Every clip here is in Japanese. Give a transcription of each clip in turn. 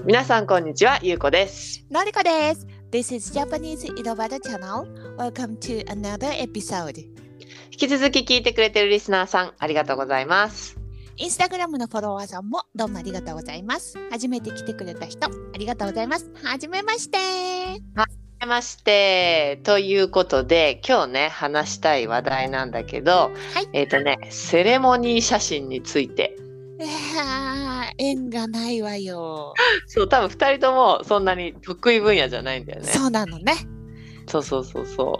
皆さんこんにちは、ゆうこです。 のりこです。This is Japanese Irovada Channel. Welcome to another episode. 引き続き聞いてくれてるリスナーさん、ありがとうございます。 インスタグラムのフォロワーさんもどうもありがとうございます。初めて来てくれた人、ありがとうございます。はじめまして。 はじめまして。ということで、今日ね、話したい話題なんだけど、セレモニー写真について。 縁がないわよ。 そう、多分2人ともそんなに得意分野じゃないんだよね。 そうなのね。 そう。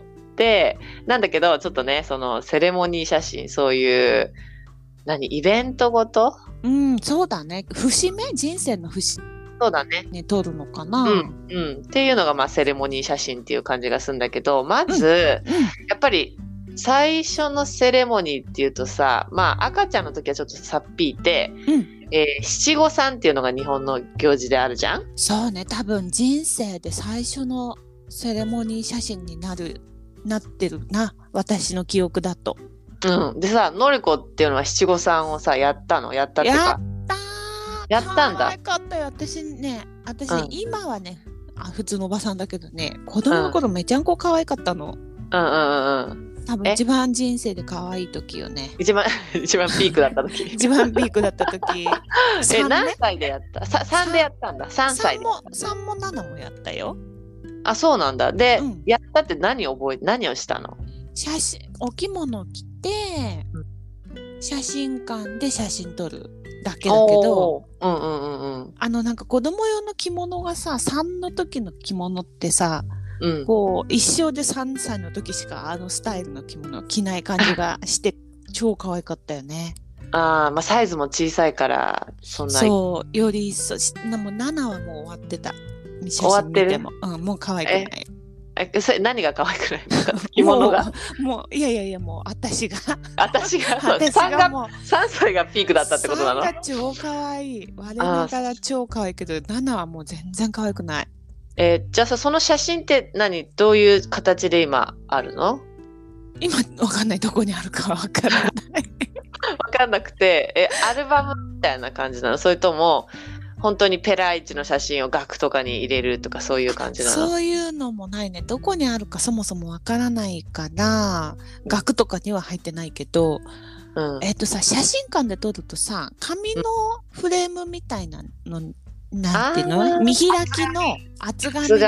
で、なんだけど、ちょっとね、そのセレモニー写真、そういうイベントごと？ そうだね。節目、人生の節目。 そうだね。 ね、撮るのかな。 っていうのがセレモニー写真っていう感じがするんだけど、まず、やっぱり最初のセレモニーっていうとさ、赤ちゃんの時はちょっとさっぴいて、七五三っていうのが日本の行事であるじゃん。 そうね、多分人生で最初のセレモニー写真になってるな、私の記憶だと。 でさ、のりこっていうのは七五三をさ、やったっていうか。やったんだ。 可愛かったよ。私ね、今はね、普通のおばさんだけどね、子供の頃めちゃんこ可愛かったの。多分一番人生で可愛い時よね。 一番ピークだった時。 一番ピークだった時。 何歳でやった？3でやったんだ。3歳で。 3も7もやったよ。 あ、そうなんだ。で、やったって何をしたの？ お着物着て、写真館で写真撮るだけだけど、なんか子供用の着物がさ、3の時の着物ってさ、こう一生で3歳の時しかスタイルの着物を着ない感じがして超可愛かったよね。 サイズも小さいからそんな。 そうより一層もう7はもう終わってた。写真見てももう可愛くない。 それ何が可愛くない着物がもういやもう私がもう3歳がピークだったってことなの？ 3が超可愛い。我ながら超可愛いけど7はもう全然可愛くない。 じゃあさ、その写真ってどういう形で今あるの？ 今わかんない。どこにあるかわからないわかんなくて、アルバムみたいな感じなの？それとも本当にペライチの写真を額とかに入れるとかそういう感じなの？ そういうのもないね。どこにあるかそもそもわからないから額とかには入ってないけど、写真館で撮るとさ、紙のフレームみたいなのなんていうの？見開きの厚紙の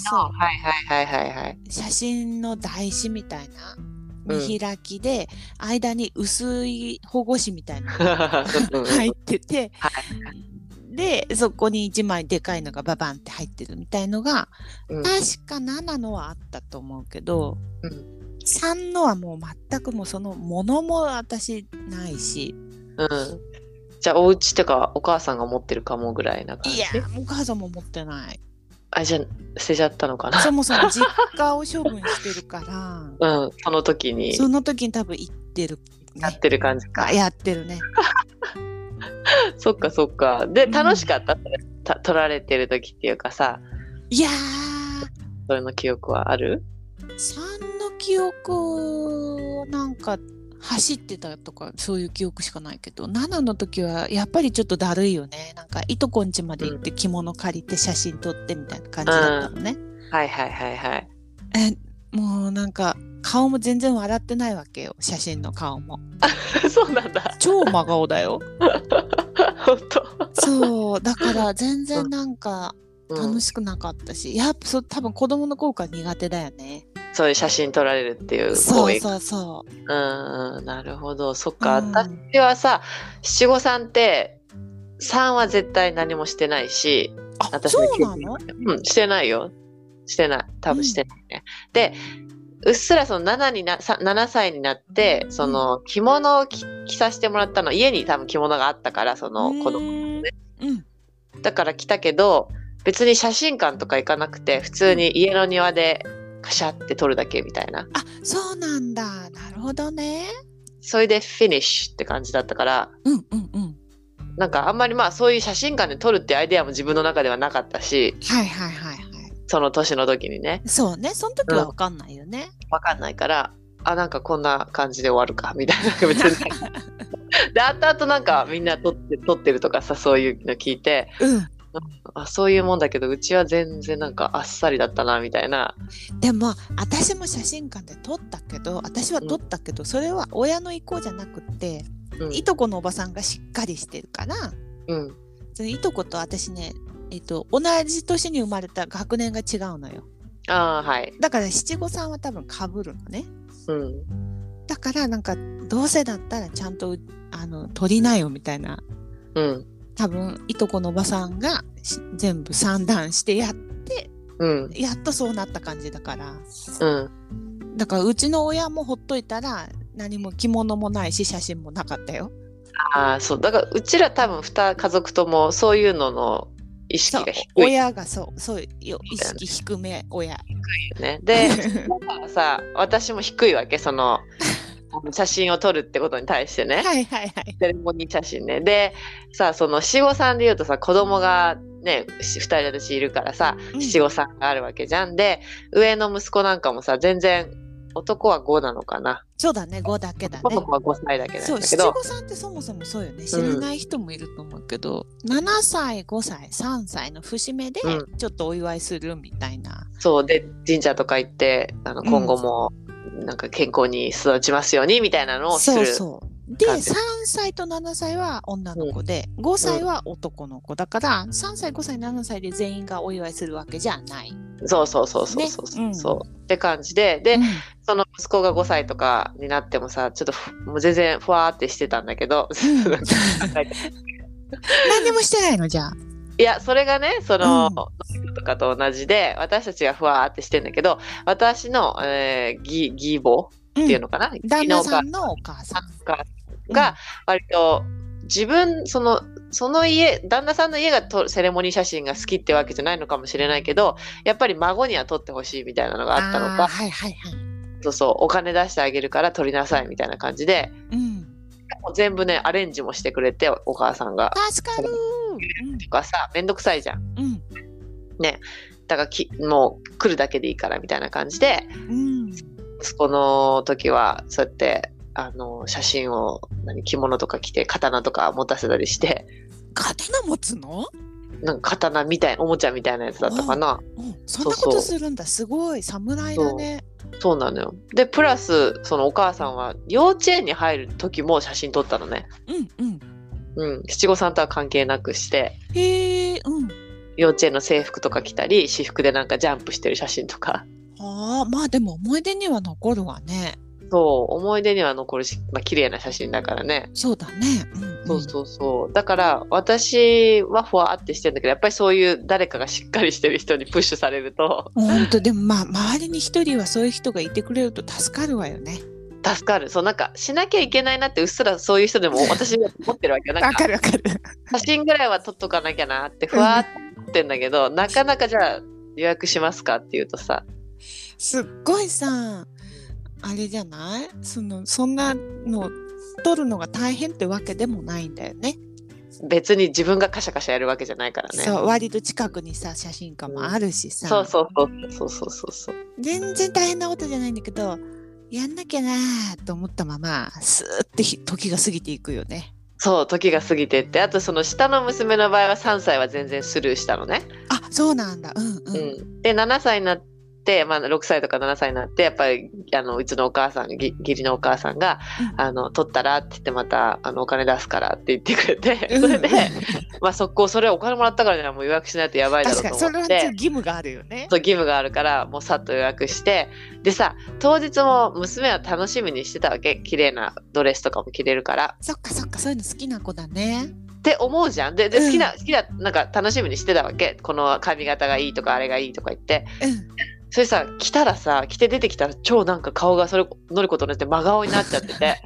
写真の台紙みたいな見開きで、間に薄い保護紙みたいなのが入ってて、でそこに1枚でかいのがババンって入ってるみたいのが、確か7のはあったと思うけど、3のはもう全くもうそのものも私ないし。 じゃあお家とかお母さんが持ってるかもぐらいな感じ？ いや、お母さんも持ってない。 じゃあ捨てちゃったのかな？ そもそも実家を処分してるからその時に多分行ってる、ね、 やってる感じか。 やってるねそっか。で、楽しかった？撮られてる時っていうかさ。 いやー、 それの記憶はある ？3の記憶なんか走ってたとかそういう記憶しかないけど、7の時はやっぱりちょっとだるいよね。なんかいとこん家まで行って着物借りて写真撮ってみたいな感じだったのね。もうなんか顔も全然笑ってないわけよ、写真の顔も。 そうなんだ。 超真顔だよ本当？ そうだから全然なんか楽しくなかったし、やっぱ多分子供の頃から苦手だよね、 そういう写真撮られるっていう行為。そう。なるほど。そっか。私はさ、七五三って3は絶対何もしてないし、私そうなの？ してないよ。してない。多分してないね。で、うっすらその7歳になってその着物を着させてもらったの。家に多分着物があったから、その子供のね。だから着たけど、別に写真館とか行かなくて、普通に家の庭でカシャって撮るだけみたいな。 そうなんだ。なるほどね。 それでフィニッシュって感じだったから、なんかあんまりそういう写真館で撮るってアイデアも自分の中ではなかったし、その年の時にね。 そうね、その時は分かんないよね。 分かんないから、なんかこんな感じで終わるかみたいな別にで後々なんかみんな撮ってるとかさ、そういうの聞いて、 そういうもんだけど、うちは全然なんかあっさりだったなみたいな。 でも私も写真館で撮ったけど、私は撮ったけど、それは親の意向じゃなくって、いとこのおばさんがしっかりしてるから、そのいとこと私ね、同じ年に生まれた学年が違うのよ。 はい。 だから七五三は多分被るのね。だからなんかどうせだったらちゃんと撮りなよみたいな。多分いとこのおばさんが全部算段してやって、やっとそうなった感じだから。だからうちの親もほっといたら何も着物もないし写真もなかったよ。 そうだからうちら多分2家族ともそういうのの意識が低い。 親がそういう意識低め、親。 低いよね。で、だからさ、私も低いわけ、その写真を撮るってことに対してね。セレモニー写真ね。で、さ、その七五三で言うとさ、子供がね、2人私いるからさ、七五三があるわけじゃん。で、上の息子なんかもさ、全然男は5なのかな。 そうだね、5だけだね。 男の子は5歳だけなんだけど。 七五三ってそもそもそうよね。知らない人もいると思うけど、7歳、5歳、3歳の節目でちょっとお祝いするみたいな。 そうで、神社とか行って今後もなんか健康に育ちますようにみたいなのをする。 で、3歳と7歳は女の子で、5歳は男の子だから、3歳、5歳、7歳で全員がお祝いするわけじゃない。 そうって感じで、その息子が5歳とかになってもさ、ちょっともう全然ふわーってしてたんだけど、 何でもしてないのじゃあ。 いや、それがね、その、とかと同じで、私たちがふわーってしてんだけど、私の、義母っていうのかな、 旦那さんのお母さんが割と自分その旦那さんの家がセレモニー写真が好きってわけじゃないのかもしれないけど、やっぱり孫には撮ってほしいみたいなのがあったのか、お金出してあげるから撮りなさいみたいな感じで、もう全部ねアレンジもしてくれて、お母さんが。 助かるとかさ、めんどくさいじゃん。ね、だからもう来るだけでいいからみたいな感じで、息子の時はそうやって写真を着物とか着て刀とか持たせたりして。 刀持つの？ なんか刀みたい、おもちゃみたいなやつだったかな。 そんなことするんだ。すごい侍だね。 そうなのよ。でプラスそのお母さんは幼稚園に入る時も写真撮ったのね。七五三とは関係なくして。幼稚園の制服とか着たり、私服でなんかジャンプしてる写真とか。 まあでも思い出には残るわね。 そう、思い出には残るし、綺麗な写真だからね。 そうだね。 だから私はふわーってしてるんだけど、やっぱりそういう誰かがしっかりしてる人にプッシュされると。 本当でも周りに一人はそういう人がいてくれると助かるわよね。 助かる。そう、なんかしなきゃいけないなってうっすらそういう人でも私は思ってるわけよ。 わかる。 写真ぐらいは撮っとかなきゃなってふわーって思ってんだけど、なかなかじゃあ予約しますかって言うとさ。 すっごいさ、あれじゃない？そんなの撮るのが大変ってわけでもないんだよね。 別に自分がカシャカシャやるわけじゃないからね。 そう、割と近くにさ写真館もあるしさ。 そう全然大変なことじゃないんだけど、やんなきゃなと思ったままスーって時が過ぎていくよね。 そう、時が過ぎてって、あとその下の娘の場合は3歳は全然スルーしたのね。 そうなんだ。 で7歳になって、6歳とか7歳になって、やっぱりうちのお母さん、義理のお母さんが、取ったらって言って、またお金出すからって言ってくれて、それで、速攻それお金もらったからにはもう予約しないとやばいだろうと思って。 確かにそれは義務があるよね。 そう、義務があるからもうさっと予約して、でさ、当日も娘は楽しみにしてたわけ。綺麗なドレスとかも着れるから。 そっかそういうの好きな子だねって思うじゃん。で好きななんか楽しみにしてたわけ。この髪型がいいとかあれがいいとか言って、それさ、着て出てきたら超なんか顔がのりことなって真顔になっちゃってて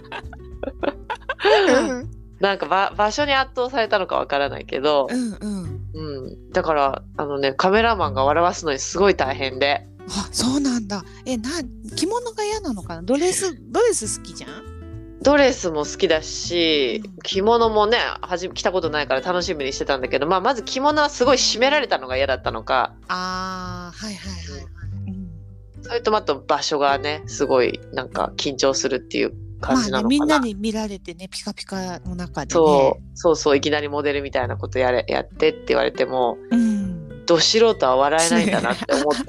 なんか場所に圧倒されたのかわからないけど、だからカメラマンが笑わすのにすごい大変で。 そうなんだ。着物が嫌なのかな。ドレス好きじゃん。 ドレスも好きだし、着物もね着たことないから楽しみにしてたんだけど、まず着物はすごい締められたのが嫌だったのか。それとあと場所がねすごいなんか緊張するっていう感じなのかな。 みんなに見られてね、ピカピカの中でね。 そういきなりモデルみたいなことやってって言われても、ど素人は笑えないんだなって思って。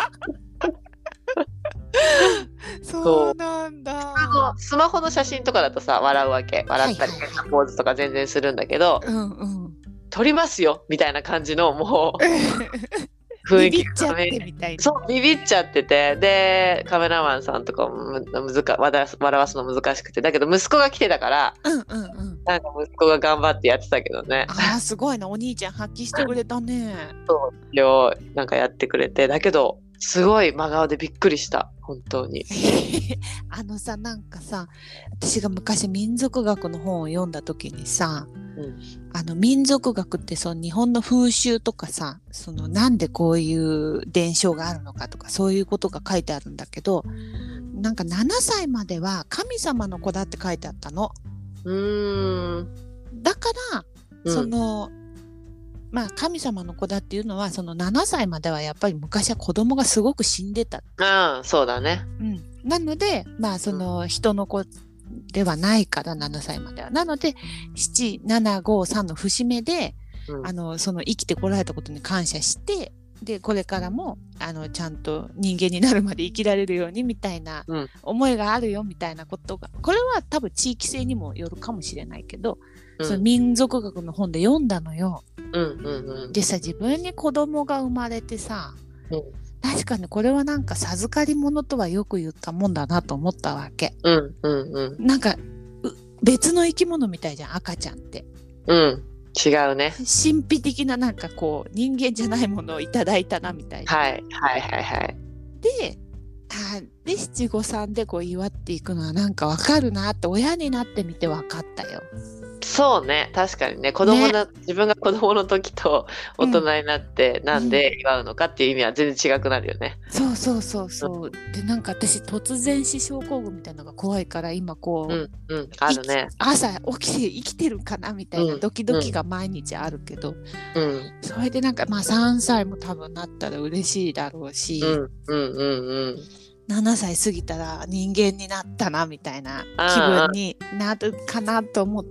そうなんだ。 スマホの写真とかだとさ、笑うわけ。笑ったり、ポーズとか全然するんだけど、撮りますよみたいな感じのもう雰囲気がビビっちゃってて、でカメラマンさんとかも笑わすの難しくて、だけど息子が来てたから、なんか息子が頑張ってやってたけどね。 すごいな、お兄ちゃん発揮してくれたね。 そうよ、なんかやってくれて、だけどすごい真顔でびっくりした本当に。 なんかさ、私が昔民族学の本を読んだ時にさ、民族学ってその日本の風習とかさ、そのなんでこういう伝承があるのかとか、そういうことが書いてあるんだけど、なんか7歳までは神様の子だって書いてあったの。だからその、神様の子だっていうのは、その7歳まではやっぱり昔は子供がすごく死んでた。 そうだね。 なのでその人の子ではないから、7歳までは。なので7、7、5、3の節目で、その生きてこられたことに感謝して、でこれからもちゃんと人間になるまで生きられるようにみたいな思いがあるよみたいなことが、これは多分地域性にもよるかもしれないけど、その民族学の本で読んだのよ。でさ、自分に子供が生まれてさ、確かにこれはなんか授かり物とはよく言ったもんだなと思ったわけ。なんか別の生き物みたいじゃん、赤ちゃんって。 違うね。 神秘的な、なんかこう人間じゃないものをいただいたなみたいな。で七五三でこう祝っていくのはなんかわかるなって、親になってみてわかったよ。 そうね、確かにね、自分が子供の時と大人になってなんで祝うのかっていう意味は全然違くなるよね。 そうで、なんか私突然死症候群みたいなのが怖いから、今こう、 あるね、 朝起きて生きてるかなみたいなドキドキが毎日あるけど、それでなんか3歳も多分なったら嬉しいだろうし、7歳過ぎたら人間になったなみたいな気分になるかなと思って、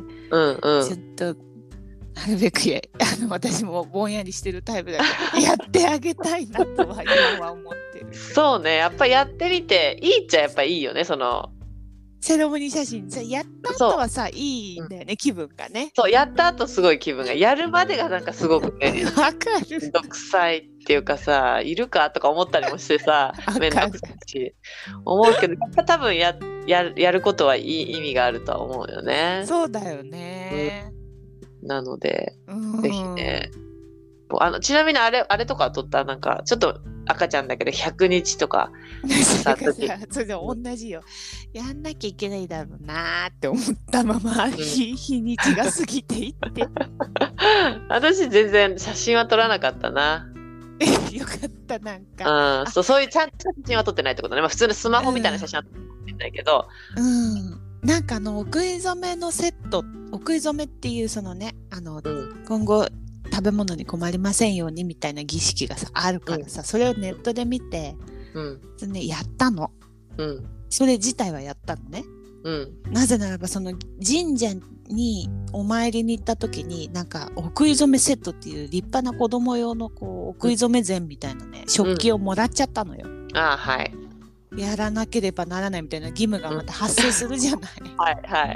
ちょっとなるべく私もぼんやりしてるタイプだからやってあげたいなとは今は思ってる。 そうね、やっぱやってみていいっちゃやっぱいいよね。そのセレモニー写真さ、やった後はさ、いいんだよね、気分がね。 そう、やった後すごい気分が、やるまでがなんかすごくね、 わかる。 めんどくさいっていうかさ、いるかとか思ったりもしてさ、めんどくさいし思うけど、やっぱ多分やることはいい意味があるとは思うよね。 そうだよね。 なので、ぜひね。ちなみにあれとか撮った、なんかちょっと赤ちゃんだけど100日とかそれで同じよ。やんなきゃいけないだろうなーって思ったまま、日にちが過ぎていって私全然写真は撮らなかったな。 よかった。なんかそういうちゃんと写真は撮ってないってことね。普通のスマホみたいな写真は撮ってないけど、 なんかお食い初めのセット、お食い初めっていうそのね、今後食べ物に困りませんようにみたいな儀式がさあるからさ、それをネットで見て、やったの。それ自体はやったのね。なぜならばその神社にお参りに行った時に、なんかお食い初めセットっていう立派な子供用のこうお食い初め膳みたいなね、食器をもらっちゃったのよ。やらなければならないみたいな義務がまた発生するじゃない。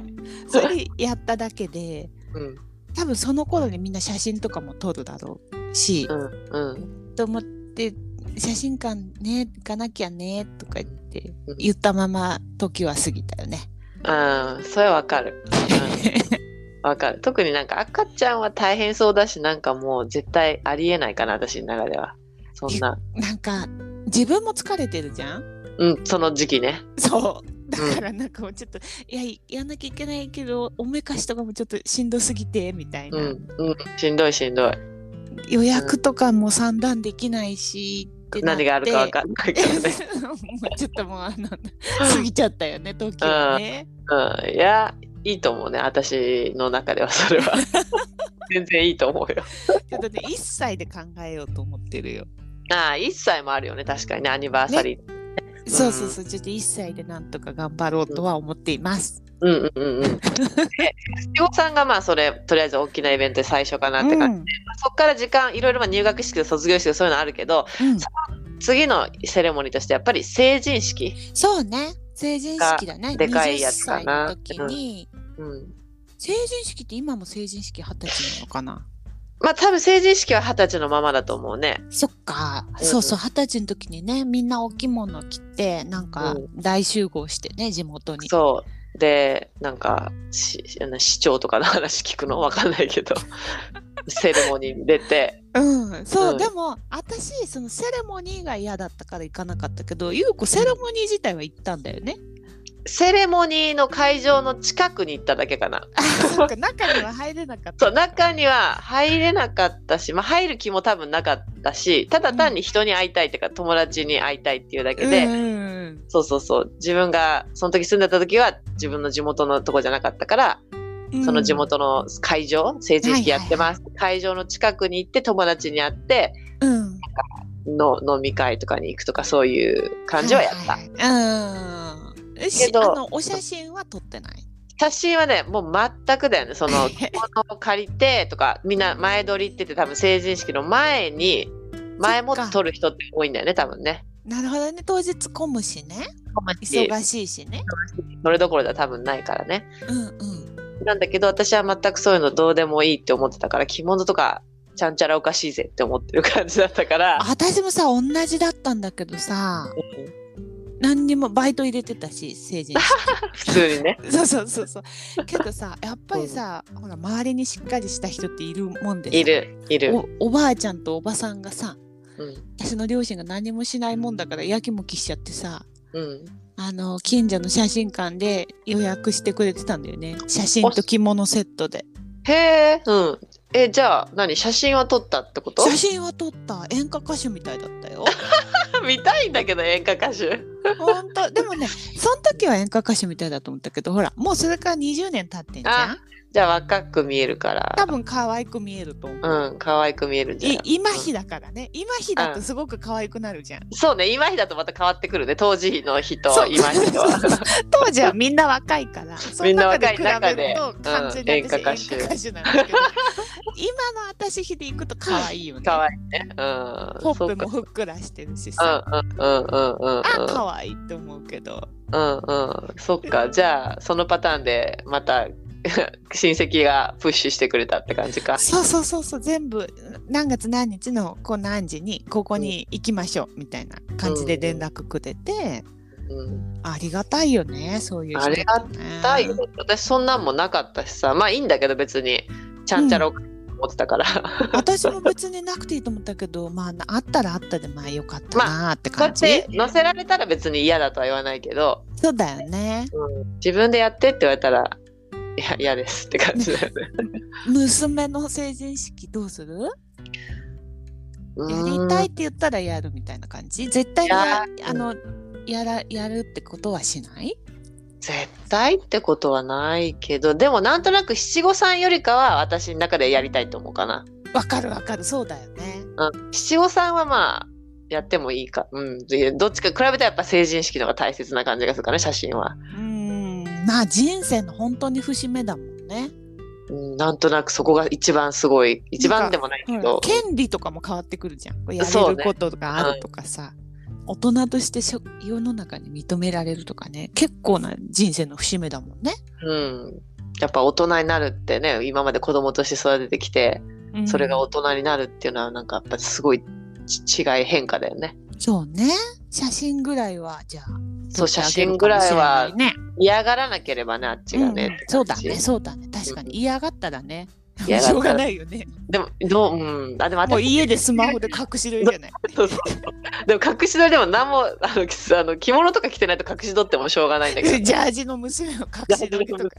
それやっただけで、多分その頃にみんな写真とかも撮るだろうし、と思って写真館ね行かなきゃねとか言ったまま時は過ぎたよね。 それはわかる。わかる。特になんか赤ちゃんは大変そうだし、なんかもう絶対ありえないかな、私の中では。そんな。 なんか自分も疲れてるじゃん。 その時期ね。 そうだからなんかもうちょっと、やんなきゃいけないけどおめかしとかもちょっとしんどすぎてみたいな。 しんどい。 予約とかも算段できないしってなって、 何があるか分かんないけどね。 ちょっともう過ぎちゃったよね、時はね。 いや、いいと思うね、私の中ではそれは。全然いいと思うよ。 ちょっとね、1歳で考えようと思ってるよ。 1歳もあるよね、確かにね、アニバーサリー。 そうそうそう、ちょっと1歳でなんとか頑張ろうとは思っています。 七五三がまあそれとりあえず大きなイベントで最初かなって感じで、そこから時間いろいろ入学式と卒業式とそういうのあるけど、その次のセレモニーとしてやっぱり成人式。 そうね、成人式だね。 でかいやつかな。 20歳の時に、成人式って今も成人式20歳なのかな。 まあ多分成人式は20歳のままだと思うね。 そっか、そうそう、20歳の時にね、みんなお着物着てなんか大集合してね、地元に。 そうで、なんか市長とかの話聞くのわかんないけどセレモニーに出て、 そう、でも私そのセレモニーが嫌だったから行かなかったけど、ゆうこセレモニー自体は行ったんだよね。 セレモニーの会場の近くに行っただけかな。 そうか、中には入れなかった。 そう、中には入れなかったし、まあ、入る気も多分なかったし、ただ単に人に会いたいっていうか、友達に会いたいっていうだけで、そうそうそう、自分がその時住んでた時は自分の地元のとこじゃなかったから、その地元の会場、成人式やってます、会場の近くに行って友達に会って、なんか飲み会とかに行くとかそういう感じはやった。けどお写真は撮ってない？ 写真はね、もう全くだよね。その着物を借りてとか、みんな前撮りって言って多分成人式の前もって撮る人って多いんだよね、多分ね。 なるほどね、当日混むしね。忙しいしね。 それどころでは多分ないからね。なんだけど私は全くそういうのどうでもいいって思ってたから、着物とかちゃんちゃらおかしいぜって思ってる感じだったから。 私もさ同じだったんだけどさ、何にもバイト入れてたし、成人式普通にね。 そうけどさ、やっぱりさ、ほら周りにしっかりした人っているもんでさ、 いるおばあちゃんとおばさんがさ、私の両親が何もしないもんだからやきもきしちゃってさ、近所の写真館で予約してくれてたんだよね、写真と着物セットで。 へえ、じゃあ何、写真は撮ったってこと？ 写真は撮った。演歌歌手みたいだったよ。 見たいんだけど、演歌歌手。 本当。でもね、その時は演歌歌手みたいだと思ったけど、ほらもうそれから20年経ってんじゃん。 じゃあ若く見えるから。 多分可愛く見えると思う。 可愛く見えるんじゃん。 今日だからね。今日だとすごく可愛くなるじゃん。 そうね、今日だとまた変わってくるね。当時の日と今日は。 当時はみんな若いから。 みんな若い中で。完全に演歌歌手なんだけど、今の私日で行くと可愛いよね。 可愛いね。 ほっぺもふっくらしてるしさ。可愛いって思うけど。 そっか、じゃあそのパターンでまた親戚がプッシュしてくれたって感じか。 そう全部何月何日の何時にここに行きましょうみたいな感じで連絡くれて、ありがたいよね、そういう人、ね。ありがたいよ。私そんなんもなかったしさ、まあいいんだけど別にちゃんちゃら思ってたから、 私も別になくていいと思ったけど、まああったらあったでまあよかったなって感じ。 こうやって載せられたら別に嫌だとは言わないけど、 そうだよね、 自分でやってって言われたら嫌ですって感じだよね。 娘の成人式どうする？やりたいって言ったらやるみたいな感じ？絶対にやるってことはしない？ 絶対ってことはないけど、でもなんとなく七五三よりかは私の中でやりたいと思うかな。 わかるそうだよね。 七五三はまあやってもいいか、どっちか比べたらやっぱ成人式の方が大切な感じがするかね、写真は。 まあ人生の本当に節目だもんね。 なんとなくそこが一番すごい、一番でもないけど、 権利とかも変わってくるじゃん。やれることがあるとかさ、大人として世の中に認められるとかね、結構な人生の節目だもんね。 やっぱ大人になるってね、今まで子供として育ててきて、それが大人になるっていうのはなんかやっぱすごい違い変化だよね。 そうね。写真ぐらいはじゃあ。 そう、写真ぐらいは嫌がらなければね、あっちがね。 そうだね。確かに嫌がったらね。しょうがないよね。 でももう家でスマホで隠し撮りじゃない。 でも隠し撮りでも何も着物とか着てないと隠し撮ってもしょうがないんだけど。 ジャージの娘を隠し撮りとか。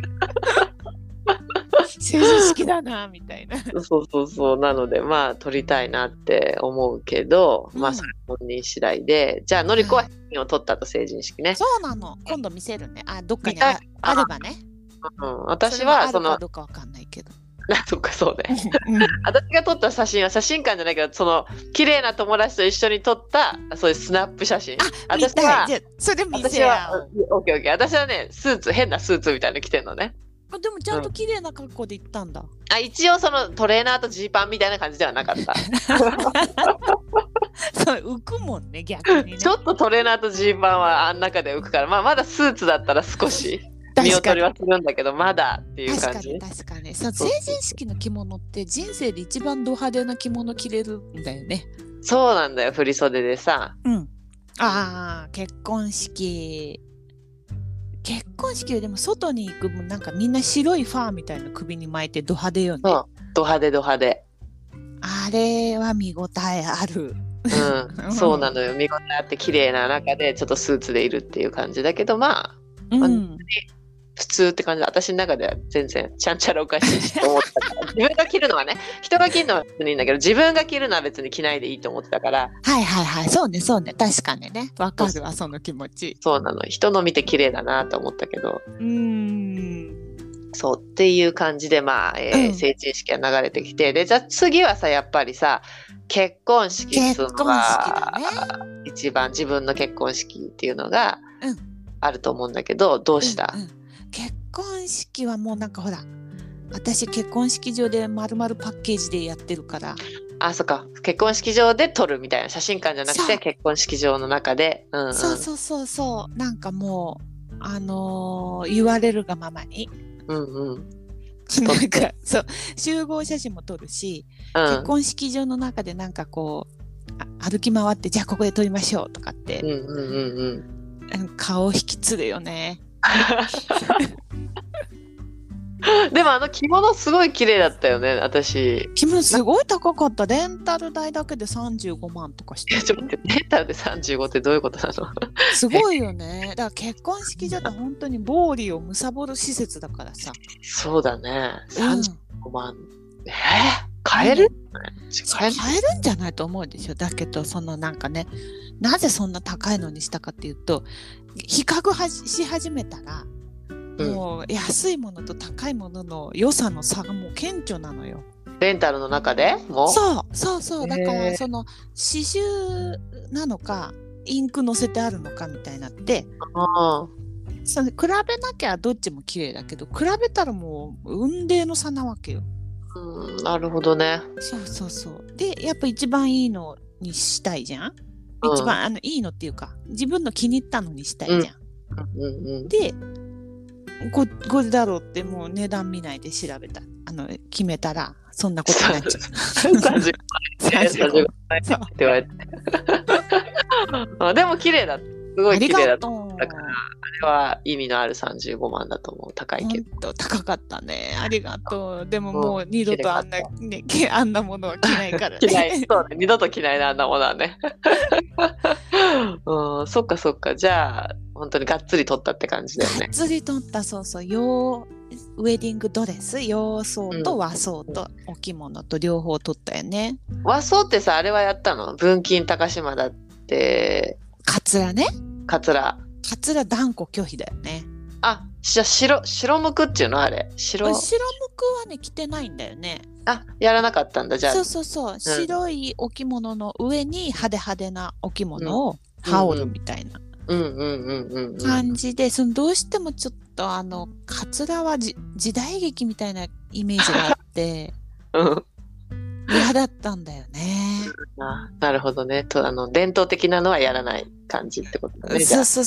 成人式だなみたいな。 そうなのでまあ撮りたいなって思うけど、まあそれ本人次第で、じゃあのりこは写真を撮ったと、成人式ね。 そうなの。今度見せるね。どっかにあればね。 私はそれもあるかどうかわかんないけど。 そっか、そうね。 うん、 私が撮った写真は写真館じゃないけど、その綺麗な友達と一緒に撮ったそういうスナップ写真。 あ、見私はたい。じゃあそれ見せ私は合おう。 オッケーオッケー。私はね、変なスーツみたいなの着てんのね。 あ、でもちゃんと綺麗な格好で行ったんだ。 あ、一応そのトレーナーとジーパンみたいな感じではなかった。 そう浮くもんね、逆にね。 ちょっとトレーナーとジーパンはあん中で浮くから、まあまだスーツだったら少し見劣りはするんだけど、まだっていう感じ。 確かにそう、成人式の着物って人生で一番ド派手な着物着れるんだよね。 そうなんだよ、振り袖でさ。 うん。ああ、結婚式はでも外に行くもなんかみんな白いファーみたいな首に巻いてド派手よね。 そう、ド派手ド派手。 あれは見応えある。 うん、そうなのよ。見応えあって綺麗な中でちょっとスーツでいるっていう感じだけど、まあ、 うん、 普通って感じで、私の中では全然ちゃんちゃらおかしいしと思ったから、自分が着るのはね、人が着るのは別にいいんだけど、自分が着るのは別に着ないでいいと思ってたから。 はいはいはい、そうねそうね、確かにね、わかるわその気持ち。 そうなの、人の見て綺麗だなと思ったけど、そうっていう感じで、まあ、成人式が流れてきて、で、じゃあ次はさ、やっぱりさ、結婚式っていうのが一番自分の結婚式っていうのがあると思うんだけど、どうした？ 結婚式はもうなんかほら、私結婚式場で丸々パッケージでやってるから。 あ、そっか、結婚式場で撮るみたいな、写真館じゃなくて結婚式場の中で、 そうなんかもう言われるがままに、なんかそう集合写真も撮るし、結婚式場の中でなんかこう歩き回って、じゃあここで撮りましょうとかって、顔引きつるよね。 でも着物すごい綺麗だったよね、私。 着物すごい高かった。レンタル代だけで35万とかして。 ちょっと待って、レンタルで35ってどういうことなの？ すごいよね。だから結婚式場って本当に暴利を貪る施設だからさ。 そうだね。35万。買える？ 買えるんじゃないと思うでしょ。だけどそのなんかね、なぜそんな高いのにしたかっていうと、比較し始めたら、もう安いものと高いものの良さの差がもう顕著なのよ。 レンタルの中でも？ そうだからその刺繍なのかインク載せてあるのかみたいになって、その比べなきゃどっちも綺麗だけど、比べたらもう雲泥の差なわけよ。 なるほどね。 そうで、やっぱ一番いいのにしたいじゃん。一番いいのっていうか自分の気に入ったのにしたいじゃん。でこれだろうってもう値段見ないで調べた決めたらそんなことになっちゃう。 35万って言われて。でも綺麗だった。すごい綺麗だった。だからあれは意味のある35万だと思う。高いけど。 高かったね。ありがとう。でももう二度とあんなものは着ないからね。 着ない。そうね。二度と着ないな、あんなものはね。そっか。じゃあ本当にがっつり撮ったって感じだよね。 がっつり撮った。そうウェディングドレス、洋装と和装とお着物と両方撮ったよね。 和装ってさ、あれはやったの？文金高島だって。 カツラね。 カツラ断固拒否だよね。 あ、じゃあ白むくっていうの？あれ白むくはね着てないんだよね。 やらなかったんだ。じゃあそう、白いお着物の上に派手なお着物を羽織るみたいな感じで、どうしてもちょっとカツラは時代劇みたいなイメージがあって嫌だったんだよね。 なるほどね。伝統的なのはやらない感じってことだね。 そう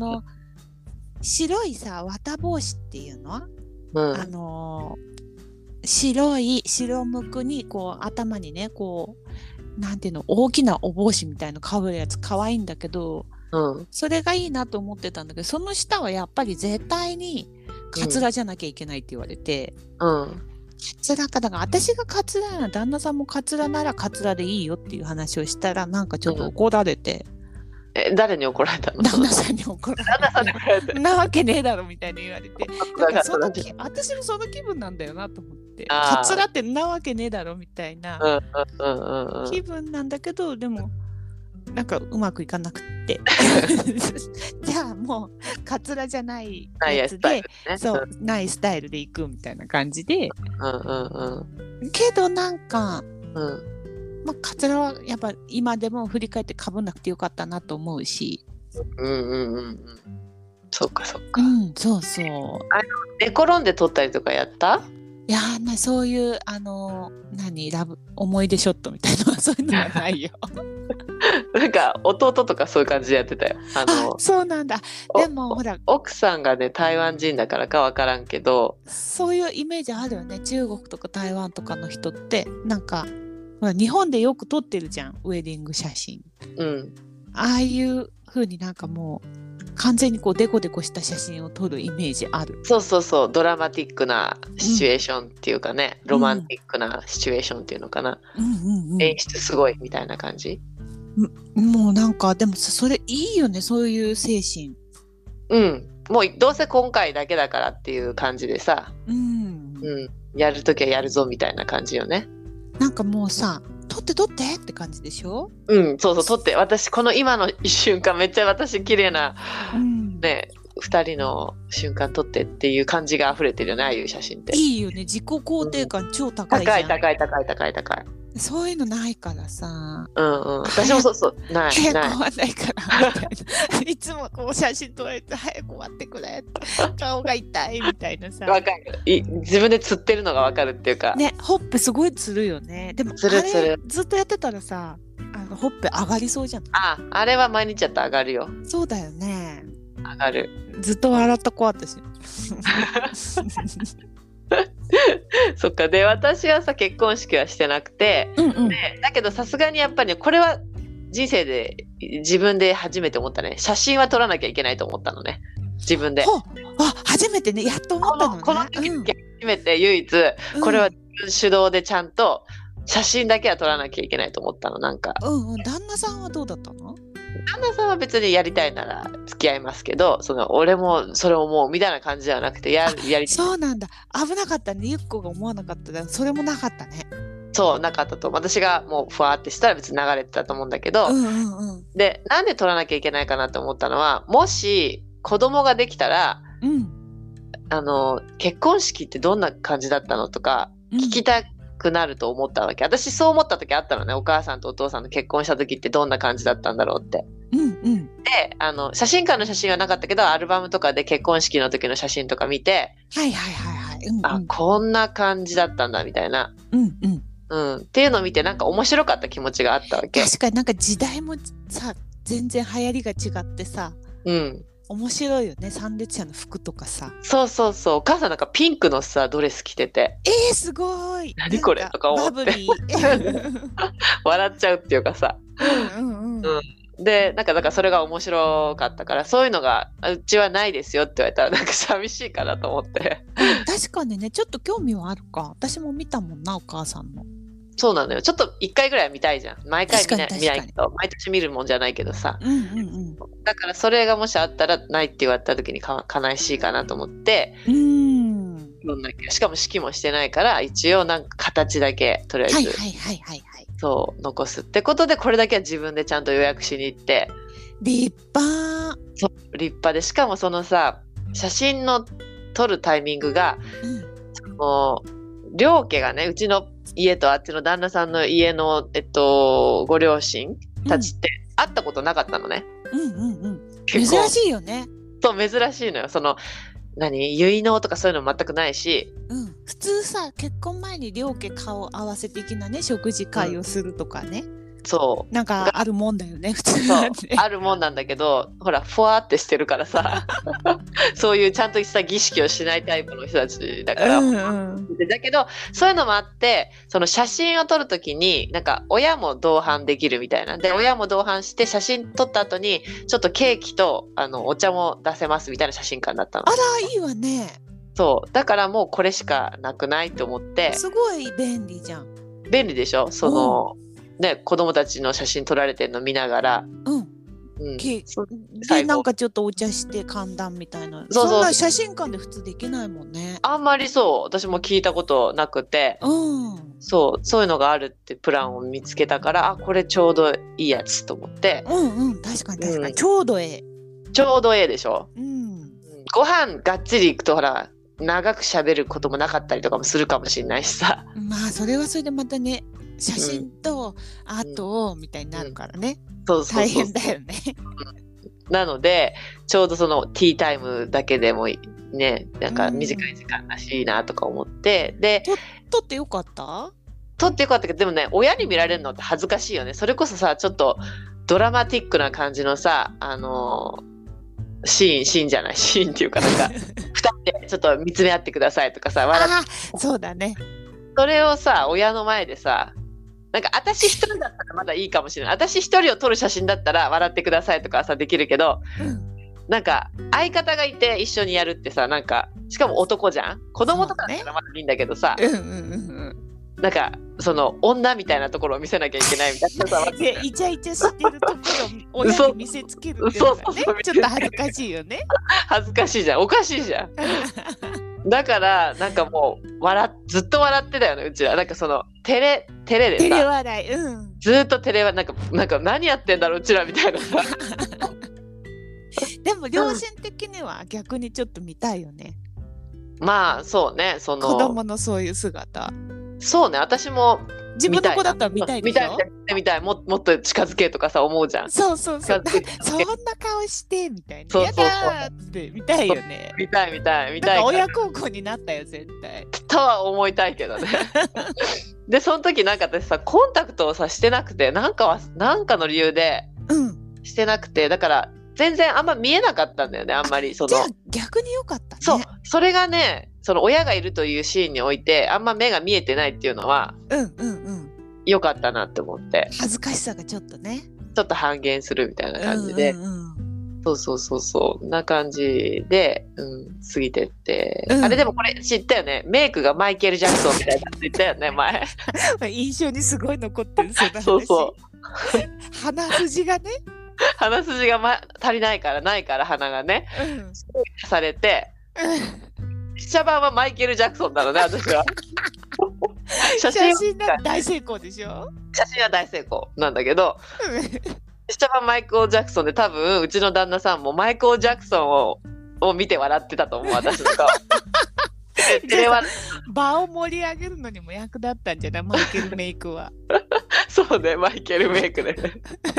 白いさ綿帽子っていうの、白むくにこう頭にねこうなんていうの、大きなお帽子みたいのかぶるやつ可愛いんだけど、それがいいなと思ってたんだけど、その下はやっぱり絶対にカツラじゃなきゃいけないって言われて、カツラか。だから私がカツラなら旦那さんもカツラならカツラでいいよっていう話をしたら、なんかちょっと怒られて、 誰に怒られたの？ 旦那さんに怒られてなわけねえだろみたいに言われて、だから私もその気分なんだよなと思って、カツラってなわけねえだろみたいな気分なんだけど、でもなんかうまくいかなくってじゃあもうカツラじゃないやつで、 ね、 そうないスタイルでいくみたいな感じで、けどなんか、まあ、カツラはやっぱ今でも振り返ってかぶんなくてよかったなと思うし、 そっかそっか、 そうそう、 寝転んで撮ったりとかやった？ いやそういう思い出ショットみたいなそういうのはないよなんか弟とかそういう感じでやってたよ。 そうなんだ。でもほら奥さんがね台湾人だからか分からんけど、 そういうイメージあるよね。中国とか台湾とかの人ってなんかほら日本でよく撮ってるじゃん、ウェディング写真。ああいう風になんかもう完全にこうデコデコした写真を撮るイメージある。 そうドラマティックなシチュエーションっていうかね、ロマンティックなシチュエーションっていうのかな、演出すごいみたいな感じ。 もうなんかでもそれいいよね、そういう精神。 もうどうせ今回だけだからっていう感じでさ、やるときはやるぞみたいな感じよね。なんかもうさ、撮ってって感じでしょ？ そう撮って、私この今の瞬間めっちゃ私綺麗な、ね2人の瞬間撮ってっていう感じが溢れてるよね、ああいう写真って。 いいよね、自己肯定感超高いじゃん。 高い。 そういうのないからさ。 私もそうない。 早く終わんないからみたいな。いつもこう写真撮られて早く終わってくれ顔が痛いみたいなさ。 わかる。自分で釣ってるのがわかるっていうか。 ね、ほっぺすごいつるよね。でもつるずっとやってたらさ、ほっぺ上がりそうじゃん。 あれは毎日やったら上がるよ。 そうだよね。 上がる。 ずっと笑った子私。 そっか。で私はさ結婚式はしてなくて、だけどさすがにやっぱり、これは人生で自分で初めて思ったね。写真は撮らなきゃいけないと思ったのね、自分で。 初めてね、やっと思ったのね。 この時初めて唯一、これは自分主導でちゃんと写真だけは撮らなきゃいけないと思ったの。なんか旦那さんはどうだったの？ 旦那さんは別にやりたいなら付き合いますけど、俺もそれを思うみたいな感じではなくて、やりそうなんだ。危なかったね。ゆっこが思わなかったらそれもなかったね。 そうなかったと。私がもうふわーってしたら別に流れてたと思うんだけど、でなんで撮らなきゃいけないかなと思ったのは、もし子供ができたら、結婚式ってどんな感じだったのとか聞きたくなると思ったわけ。私そう思った時あったのね。お母さんとお父さんの結婚した時ってどんな感じだったんだろうって。で写真館の写真はなかったけど、アルバムとかで結婚式の時の写真とか見て、こんな感じだったんだみたいな、っていうのを見てなんか面白かった気持ちがあったわけ。 確かになんか時代もさ全然流行りが違ってさ、面白いよね、参列者の服とかさ。 そうお母さんなんかピンクのさドレス着てて、 すごい何これとか思ってバブリー笑っちゃうっていうかさ、でなんかだからそれが面白かったから、そういうのがうちはないですよって言われたらなんか寂しいかなと思って確かにね、ちょっと興味はあるか。私も見たもんな、お母さんの。 そうなのよ。ちょっと1回ぐらいは見たいじゃん。毎回見ないけど、毎年見るもんじゃないけどさ、だからそれがもしあったらないって言われた時に悲しいかなと思って、しかも式もしてないから、一応なんか形だけとりあえずそう残すってことで、これだけは自分でちゃんと予約しに行って。 立派。 そう立派で、しかもそのさ写真の撮るタイミングが、両家がね、うちの家とあっちの旦那さんの家の、ご両親たちって会ったことなかったのね。 珍しいよね。 そう珍しいのよ。結納とかそういうの全くないし、 普通さ結婚前に両家顔合わせ的なね食事会をするとかね、 そうなんかあるもんだよね普通はね。 あるもんなんだけど、ほらふわってしてるからさそういうちゃんとした儀式をしないタイプの人たちだから、だけどそういうのもあって、その写真を撮るときになんか親も同伴できるみたいなで、親も同伴して写真撮った後にちょっとケーキとお茶も出せますみたいな写真館だったの。 あらいいわね。 そうだからもうこれしかなくないと思って。 すごい便利じゃん。 便利でしょ。子供たちの写真撮られてるの見ながら、 でなんかちょっとお茶して歓談みたいな、そんな写真館で普通できないもんね。 あんまりそう私も聞いたことなくて、 そういうのがあるってプランを見つけたから、あ、これちょうどいいやつと思って。 確かに、ちょうどええ。 ちょうどええでしょ。 うんご飯がっちり行くとほら長く喋ることもなかったりとかもするかもしれないしさ。 まあそれはそれでまたね、写真とアートをみたいになるからね、大変だよね。 なのでちょうどそのティータイムだけでもね、なんか短い時間らしいなとか思って、で撮ってよかった？ 撮ってよかったけど、でもね、親に見られるのって恥ずかしいよね。それこそさ、ちょっとドラマティックな感じのさ、シーンじゃない、シーンっていうか、なんか2人でちょっと見つめ合ってくださいとかさ、笑って、 そうだね。 それをさ、親の前でさ、なんか私一人だったらまだいいかもしれない。私一人を撮る写真だったら笑ってくださいとかさできるけど、なんか相方がいて一緒にやるってさ、なんかしかも男じゃん。子供とかだったらまだいいんだけどさ、なんかその女みたいなところを見せなきゃいけないみたいなさ、 イチャイチャしてるところを親に見せつけるっていうのがね、ちょっと恥ずかしいよね。 恥ずかしいじゃん、おかしいじゃん。だからなんかもうずっと笑ってたよね、うちら。なんかその照れでさ、 照れ笑い、 ずっと照れ笑い、なんか何やってんだろううちらみたいなさ。 でも両親的には逆にちょっと見たいよね。 まあそうね、その子供のそういう姿。 そうね、私も自分の子だったら見たいでしょ。 見たい、もっと近づけとかさ思うじゃん。 そうそんな顔してみたいな、やだーって見たいよね。 見たい。なんか親孝行になったよ絶対。 とは思いたいけどね。でその時なんか私さ、コンタクトをさしてなくて、なんかの理由でしてなくて、だから全然あんま見えなかったんだよね、あんまり。そのじゃあ逆に良かったね。 それがね、その親がいるというシーンにおいてあんま目が見えてないっていうのは良かったなって思って、 恥ずかしさがちょっとね、 ちょっと半減するみたいな感じで、そうな感じで、過ぎてって、あれでもこれ知ったよね、メイクがマイケル・ジャクソンみたいなって言ったよね前。 印象にすごい残ってる。 そう鼻筋がね、 鼻筋が、足りないから鼻がね、されて、試写版はマイケル・ジャクソンなのね、私は。写真が大成功でしょ。 写真は大成功なんだけど、試写版マイケル・ジャクソンで、多分うちの旦那さんもマイケル・ジャクソンを見て笑ってたと思う、私の顔。 場を盛り上げるのにも役立ったんじゃない、マイケルメイクは。 そうね、マイケルメイクでね。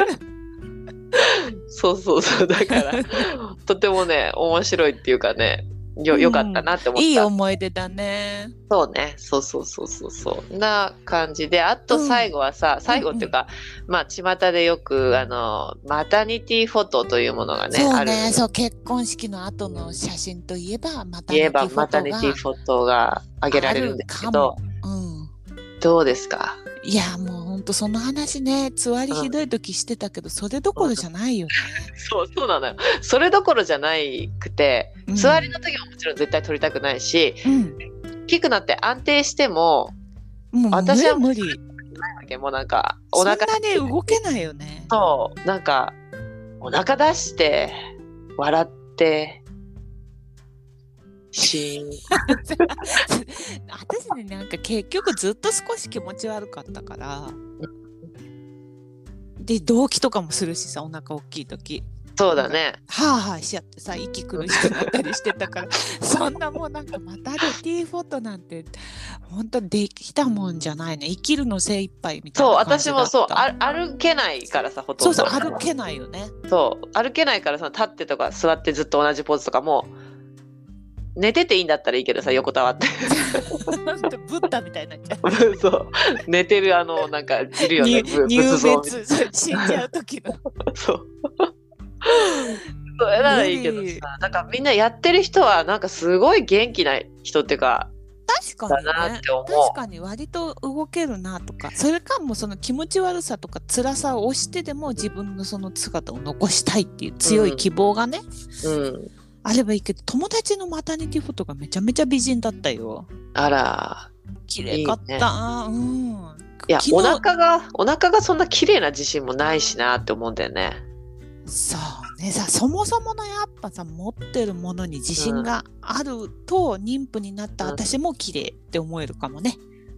そうだからとてもね面白いっていうかね、よかったなって思った。 いい思い出だね。 そうね、そうな感じで、あと最後はさ、最後っていうか、まあ巷でよくマタニティフォトというものがね、 そうね、 ある。 そう、結婚式の後の写真といえばマタニティフォトが上げられるんですけど、どうですか？ いやもうほんとその話ね、つわりひどい時してたけど、それどころじゃないよね。 そうなのよ。それどころじゃないくて、つわりの時はもちろん絶対撮りたくないし、大きくなって安定しても私は無理。 もうなんかお腹そんなに動けないよね。 そうなんかお腹出して笑ってシーン。 私ね、なんか結局ずっと少し気持ち悪かったから、で動悸とかもするしさ、お腹大きい時。 そうだね。 はあしちゃってさ、息苦しくなったりしてたからそんなもうなんかマタニティフォトなんて本当できたもんじゃないね。生きるの精一杯みたいな感じだった。 そう、私もそう、歩けないからさ、ほとんど。 そう歩けないよね。 そう歩けないからさ、立ってとか座ってずっと同じポーズとかも、寝てていいんだったらいいけどさ、横たわってブッダみたいになっちゃう。そう寝てるなんかいるよね、 入滅死んじゃう時のそうそれならいいけどさ、なんかみんなやってる人はなんかすごい元気な人っていうか、 確かにね、確かに割と動けるなとか、それかもその気持ち悪さとか辛さを押してでも自分のその姿を残したいっていう強い希望がね、あればいいけど、友達のマタニティフォトがめちゃめちゃ美人だったよ。 あら綺麗かった。いいね。 いや、お腹がそんな綺麗な自信もないしなって思うんだよね。 そうね、そもそものやっぱさ、持ってるものに自信があると、妊婦になった私も綺麗って思えるかもね。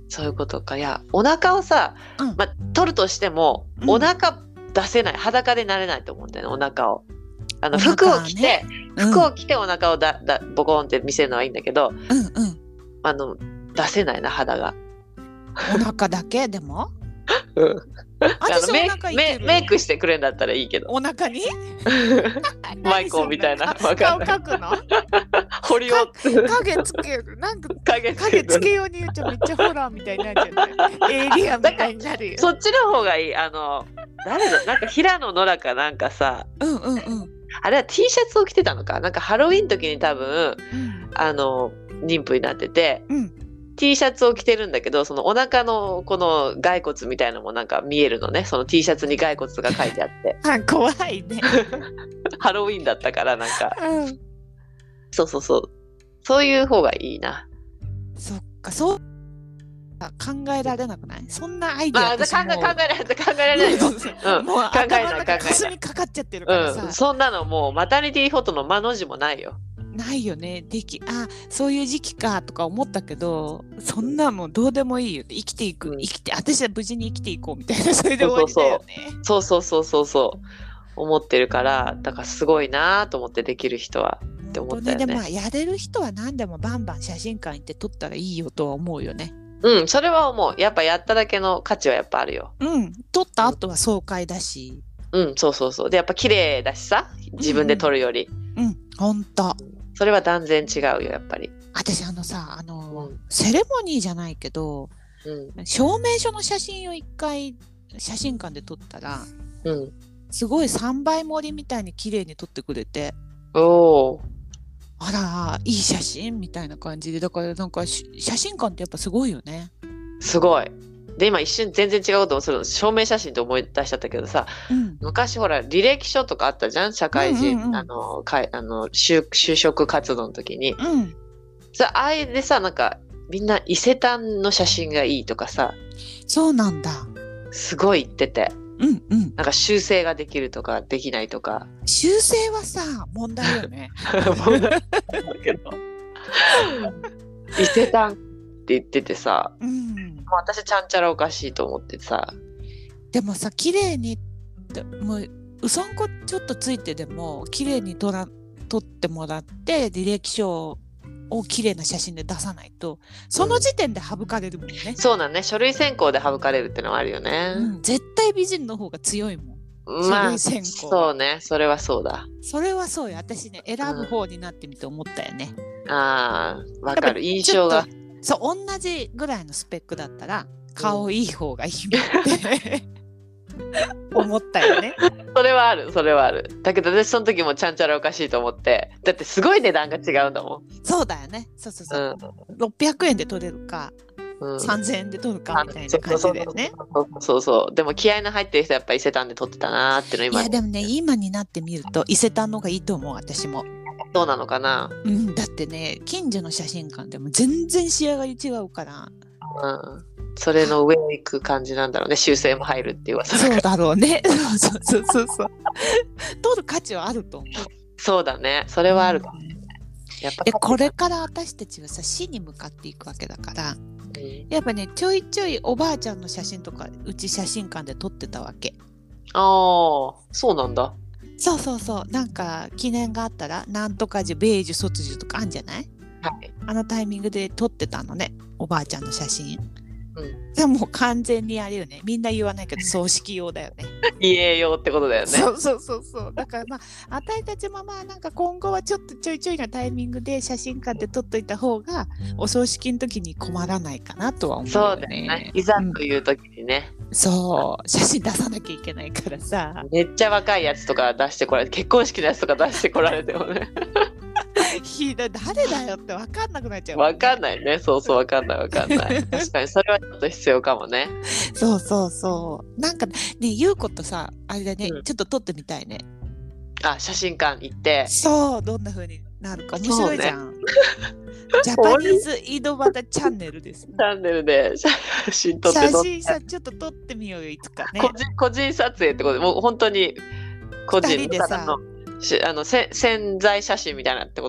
そういうことか。いや、お腹をさ、 うん取るとしても、 うんお腹出せない、裸でなれないと思うんだよね、お腹を。 お服腹を着て、 うん服を着てお腹をボコンって見せるのはいいんだけど、 うんうん。 出せないな、肌が。 お腹だけでもうん私おメ腹いけるよイクしてくれんだったらいいけど。 お腹にマイコンみたいな。わか顔んない。 描くの彫りを影つける。なんか影影つけように言うとめっちゃホラーみたいになるじゃない。エイリアンみたいになるよ。 そっちの方がいい。誰だ、なんか平野ノラかなんかさ、 うんうんうん。 あれは T シャツを着てたのか、なんかハロウィンの時に多分、妊婦になってて、 うん。 T シャツを着てるんだけど、そのお腹のこの骸骨みたいなのもなんか見えるのね。その T シャツに骸骨が書いてあって。 あ、怖いね。 ハロウィンだったからなんか。 うん。 そうそうそう。そういう方がいいな。 そっか、そう考えられなくない？そんなアイデまあ、 ア私も考えられないよ。うんもう考えない頭の中かすみかかっちゃってるからさ、 そんなのもうマタニティフォトの間の字もないよ。 ないよね。そういう時期かとか思ったけど、そんなもんどうでもいいよね。生きていく、私は無事に生きていこうみたいな、それで終わりだよね。 そう思ってるから、だからすごいなと思ってできる人はって思ったよね。 でもやれる人は何でもバンバン写真館行って撮ったらいいよとは思うよね。 うん、それは思う。やっぱやっただけの価値はやっぱあるよ。 うん、撮った後は爽快だし。 うん、そう。で、やっぱ綺麗だしさ、自分で撮るより。 ほんと。 それは断然違うよ、やっぱり。 私セレモニーじゃないけど、証明書の写真を一回写真館で撮ったら、すごい3倍盛りみたいに綺麗に撮ってくれて、あらいい写真みたいな感じで、だからなんか写真館ってやっぱすごいよね。 すごい。で今一瞬全然違うと思う。証明写真と思い出しちゃったけどさ、昔ほら履歴書とかあったじゃん、社会人、就職活動の時に、ああいうでさ、なんかみんな伊勢丹の写真がいいとかさ、 そうなんだ、 すごい言ってて、なんか修正ができるとかできないとか。 修正はさ問題よね。 問題だけど伊勢丹って言っててさ、もう私ちゃんちゃらおかしいと思ってさ。 でもさ、綺麗にもううそんこちょっとついてでも綺麗に撮ってもらって履歴書を綺麗な写真で出さないと、その時点で省かれるもんね。 そうなんね、書類選考で省かれるってのはあるよね。 絶対美人の方が強いもん。書類選考。 そうね、それはそうだ。 それはそうよ。私ね、選ぶ方になってみて思ったよね。 わかる、印象が。 そう、同じぐらいのスペックだったら顔いい方がいいって思ったよね。 それはある。だけど私その時もちゃんちゃらおかしいと思って、だってすごい値段が違うんだもん。 そうだよね。そう、600円で取れるか、3000円で取るかみたいな感じだよね。 そう。でも気合の入ってる人はやっぱ伊勢丹で取ってたなーっての今。 いやでもね、今になってみると伊勢丹の方がいいと思う、私も。 そうなのかな。 だってね、近所の写真館でも全然仕上がり違うから。 それの上を行く感じなんだろうね。修正も入るっていう噂。 そうだろうね。そう。取る価値はあると思う。 そうだね。それはあるかもね。やっぱこれから私たちはさ、死に向かっていくわけだから、やっぱね、ちょいちょいおばあちゃんの写真とかうち写真館で撮ってたわけ。 そうなんだ。 そうなんか記念があったらなんとか時米寿卒寿とかあんじゃない？あのタイミングで撮ってたのね、おばあちゃんの写真。でも完全にあれよね、みんな言わないけど葬式用だよね。 家用ってことだよね。 そうだから私たちもなんか今後はちょっとちょいちょいなタイミングで写真館で撮っといた方がお葬式の時に困らないかなとは思うよね。 そうだよね、いざという時にね、 そう写真出さなきゃいけないからさ、 めっちゃ若いやつとか出してこられて、結婚式のやつとか出してこられてもね誰だよって分かんなくなっちゃう、 分かんないね。そう分かんない確かにそれはちょっと必要かもね。 そうなんかね、ゆうことさあれだね、ちょっと撮ってみたいね。 写真館行って、 そうどんな風になるか面白いじゃん、ジャパニーズ井戸端チャンネルです、 チャンネルで写真撮って、 写真さちょっと撮ってみようよ、いつかね。 個人撮影ってことで、もう本当に個人でさ、 潜在写真みたいなってこと？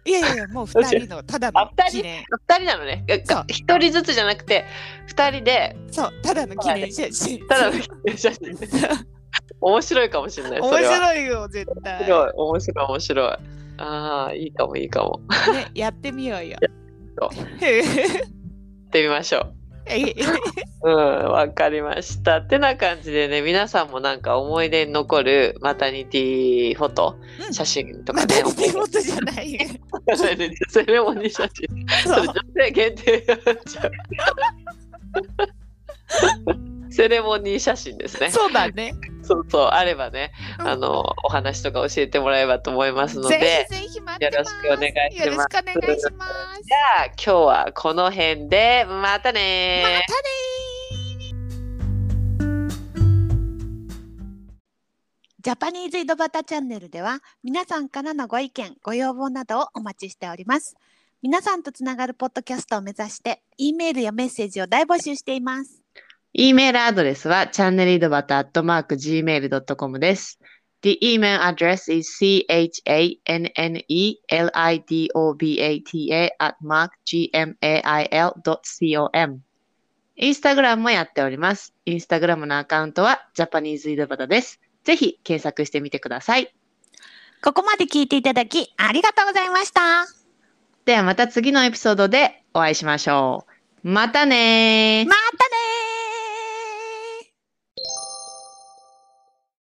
いやいや、もう2人のただの記念。 2人なのね。1人ずつじゃなくて2人で。 そう、ただの記念写真。 ただの記念写真。面白いかもしれない。 面白いよ絶対。 面白い。ああ、いいかも。ね、 やってみようよ。やってみましょう。わかりました。ってな感じでね、皆さんもなんか思い出に残るマタニティフォト、写真とかね。 マタニティフォトじゃないよ。 セレモニー写真。それ女性限定になっちゃう。セレモニー写真ですね。 そうだね。 そうあればね、お話とか教えてもらえればと思いますので、 ぜひ待よってます。 ろしくお願いします。 よろしくお願いします。 じゃあ今日はこの辺でまたね。 ジャパニーズ井戸端チャンネルでは皆さんからのご意見、ご要望などをお待ちしております。皆さんとつながるポッドキャストを目指して、Eメールやメッセージを大募集しています。 E メールアドレスは channelidobata@gmail.com です。The email address is channelidobata@gmail.com。インスタグラムもやっております。インスタグラムのアカウントはジャパニーズ井戸端です。ぜひ検索してみてください。 ここまで聞いていただきありがとうございました。 ではまた次のエピソードでお会いしましょう。またねー。 また